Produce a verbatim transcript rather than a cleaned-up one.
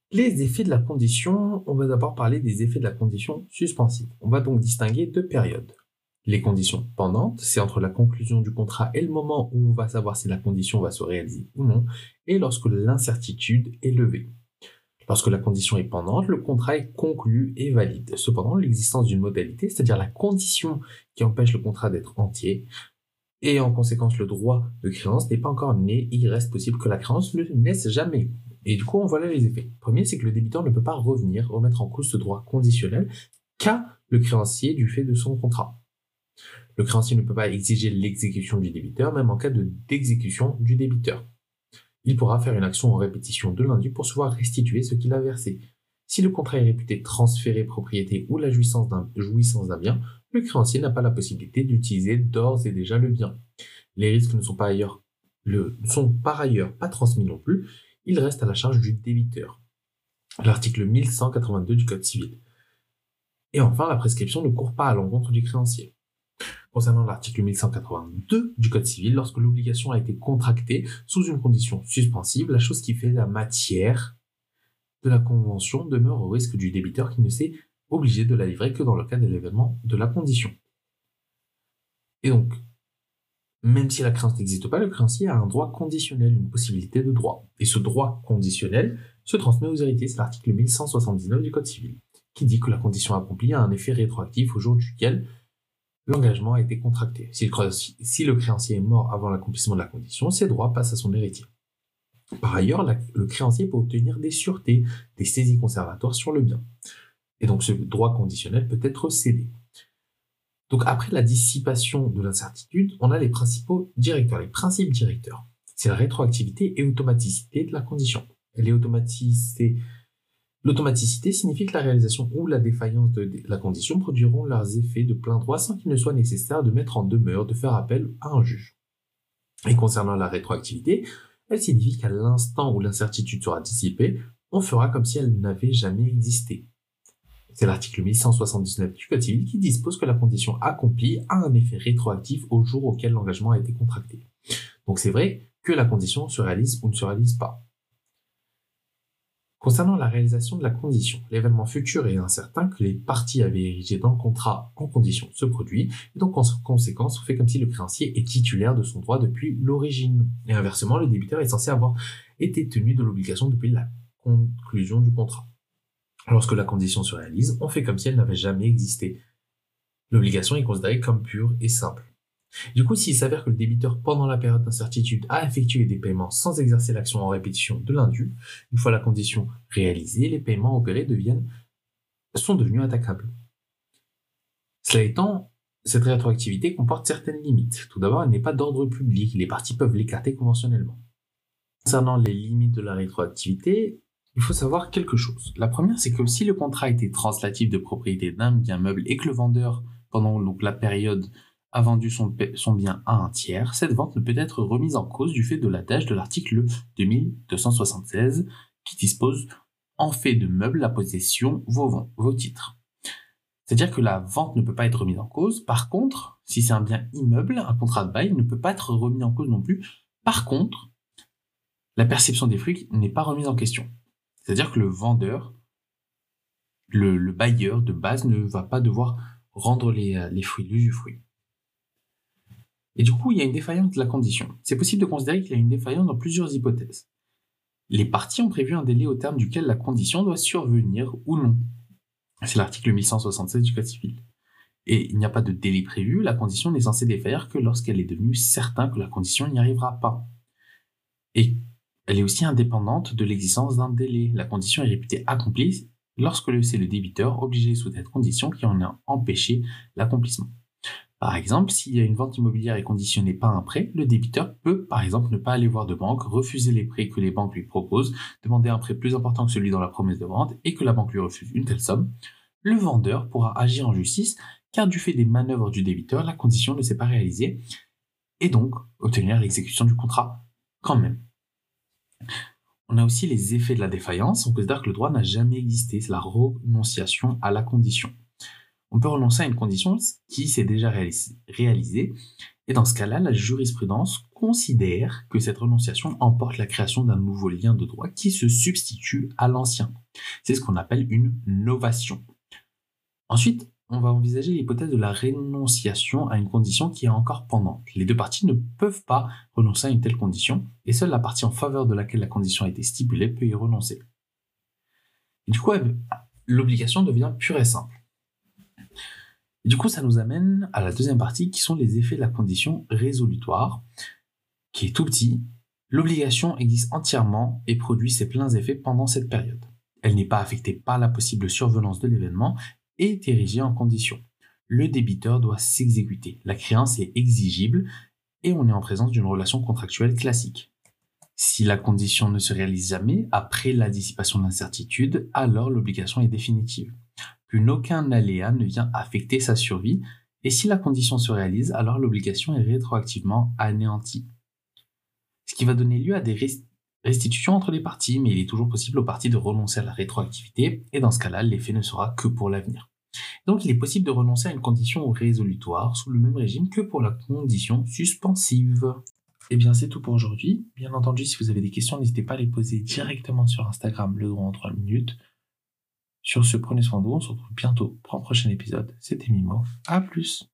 Les effets de la condition, on va d'abord parler des effets de la condition suspensive. On va donc distinguer deux périodes. Les conditions pendantes, c'est entre la conclusion du contrat et le moment où on va savoir si la condition va se réaliser ou non, et lorsque l'incertitude est levée. Lorsque la condition est pendante, le contrat est conclu et valide. Cependant, l'existence d'une modalité, c'est-à-dire la condition qui empêche le contrat d'être entier, et en conséquence le droit de créance n'est pas encore né, il reste possible que la créance ne naisse jamais. Et du coup, on voit là les effets. Premier, c'est que le débiteur ne peut pas revenir, remettre en cause ce droit conditionnel qu'a le créancier du fait de son contrat. Le créancier ne peut pas exiger l'exécution du débiteur, même en cas de d'exécution du débiteur. Il pourra faire une action en répétition de l'indu pour se voir restituer ce qu'il a versé. Si le contrat est réputé transférer propriété ou la jouissance d'un jouissance d'un bien, le créancier n'a pas la possibilité d'utiliser d'ores et déjà le bien. Les risques ne sont, pas ailleurs, le, sont par ailleurs pas transmis non plus, ils restent à la charge du débiteur. L'article mille cent quatre-vingt-deux du Code civil. Et enfin, la prescription ne court pas à l'encontre du créancier. Concernant l'article mille cent quatre-vingt-deux du Code civil, lorsque l'obligation a été contractée sous une condition suspensive, la chose qui fait la matière de la convention demeure au risque du débiteur qui ne s'est obligé de la livrer que dans le cas de l'événement de la condition. Et donc, même si la créance n'existe pas, le créancier a un droit conditionnel, une possibilité de droit. Et ce droit conditionnel se transmet aux héritiers, c'est l'article mille cent soixante-dix-neuf du Code civil, qui dit que la condition accomplie a un effet rétroactif au jour duquel l'engagement a été contracté. Si le, si le créancier est mort avant l'accomplissement de la condition, ses droits passent à son héritier. Par ailleurs, la, le créancier peut obtenir des sûretés, des saisies conservatoires sur le bien. Et donc ce droit conditionnel peut être cédé. Donc après la dissipation de l'incertitude, on a les principaux directeurs, les principes directeurs. C'est la rétroactivité et automaticité de la condition. Elle est automatisée. L'automaticité signifie que la réalisation ou la défaillance de la condition produiront leurs effets de plein droit sans qu'il ne soit nécessaire de mettre en demeure de faire appel à un juge. Et concernant la rétroactivité, elle signifie qu'à l'instant où l'incertitude sera dissipée, on fera comme si elle n'avait jamais existé. C'est l'article mille cent soixante-dix-neuf du Code civil qui dispose que la condition accomplie a un effet rétroactif au jour auquel l'engagement a été contracté. Donc c'est vrai que la condition se réalise ou ne se réalise pas. Concernant la réalisation de la condition, l'événement futur est incertain que les parties avaient érigé dans le contrat en condition se produit, et donc en conséquence, on fait comme si le créancier est titulaire de son droit depuis l'origine. Et inversement, le débiteur est censé avoir été tenu de l'obligation depuis la conclusion du contrat. Lorsque la condition se réalise, on fait comme si elle n'avait jamais existé. L'obligation est considérée comme pure et simple. Du coup, s'il s'avère que le débiteur, pendant la période d'incertitude, a effectué des paiements sans exercer l'action en répétition de l'indu, une fois la condition réalisée, les paiements opérés deviennent, sont devenus attaquables. Cela étant, cette rétroactivité comporte certaines limites. Tout d'abord, elle n'est pas d'ordre public, les parties peuvent l'écarter conventionnellement. Concernant les limites de la rétroactivité, il faut savoir quelque chose. La première, c'est que si le contrat était translatif de propriété d'un bien meuble et que le vendeur, pendant donc, la période a vendu son, son bien à un tiers, cette vente ne peut être remise en cause du fait de l'adage de l'article deux mille deux cent soixante-seize qui dispose « En fait de meuble, la possession vos, vos titres ». C'est-à-dire que la vente ne peut pas être remise en cause. Par contre, si c'est un bien immeuble, un contrat de bail ne peut pas être remis en cause non plus. Par contre, la perception des fruits n'est pas remise en question. C'est-à-dire que le vendeur, le, le bailleur de base ne va pas devoir rendre les, les fruits, l'usufruit. Et du coup, il y a une défaillance de la condition. C'est possible de considérer qu'il y a une défaillance dans plusieurs hypothèses. Les parties ont prévu un délai au terme duquel la condition doit survenir ou non. C'est l'article mille cent soixante-seize du Code civil. Et il n'y a pas de délai prévu, la condition n'est censée défaillir que lorsqu'elle est devenue certaine que la condition n'y arrivera pas. Et elle est aussi indépendante de l'existence d'un délai. La condition est réputée accomplie lorsque c'est le débiteur obligé sous cette condition qui en a empêché l'accomplissement. Par exemple, s'il y a une vente immobilière et conditionnée par un prêt, le débiteur peut, par exemple, ne pas aller voir de banque, refuser les prêts que les banques lui proposent, demander un prêt plus important que celui dans la promesse de vente et que la banque lui refuse une telle somme. Le vendeur pourra agir en justice car du fait des manœuvres du débiteur, la condition ne s'est pas réalisée et donc obtenir l'exécution du contrat quand même. On a aussi les effets de la défaillance. On considère que le droit n'a jamais existé, c'est la renonciation à la condition. On peut renoncer à une condition qui s'est déjà réalisée, et dans ce cas-là, la jurisprudence considère que cette renonciation emporte la création d'un nouveau lien de droit qui se substitue à l'ancien. C'est ce qu'on appelle une novation. Ensuite, on va envisager l'hypothèse de la rénonciation à une condition qui est encore pendante. Les deux parties ne peuvent pas renoncer à une telle condition, et seule la partie en faveur de laquelle la condition a été stipulée peut y renoncer. Et du coup, l'obligation devient pure et simple. Et du coup, ça nous amène à la deuxième partie, qui sont les effets de la condition résolutoire, qui est tout petit. L'obligation existe entièrement et produit ses pleins effets pendant cette période. Elle n'est pas affectée par la possible survenance de l'événement, est érigée en condition. Le débiteur doit s'exécuter. La créance est exigible et on est en présence d'une relation contractuelle classique. Si la condition ne se réalise jamais, après la dissipation de l'incertitude, alors l'obligation est définitive. Plus aucun aléa ne vient affecter sa survie, et si la condition se réalise, alors l'obligation est rétroactivement anéantie. Ce qui va donner lieu à des rest- restitutions entre les parties, mais il est toujours possible aux parties de renoncer à la rétroactivité, et dans ce cas-là, l'effet ne sera que pour l'avenir. Donc il est possible de renoncer à une condition résolutoire sous le même régime que pour la condition suspensive. Eh bien c'est tout pour aujourd'hui. Bien entendu, si vous avez des questions, n'hésitez pas à les poser directement sur Instagram, le droit en trois minutes. Sur ce, prenez soin de vous, on se retrouve bientôt pour un prochain épisode. C'était Mimo, à plus.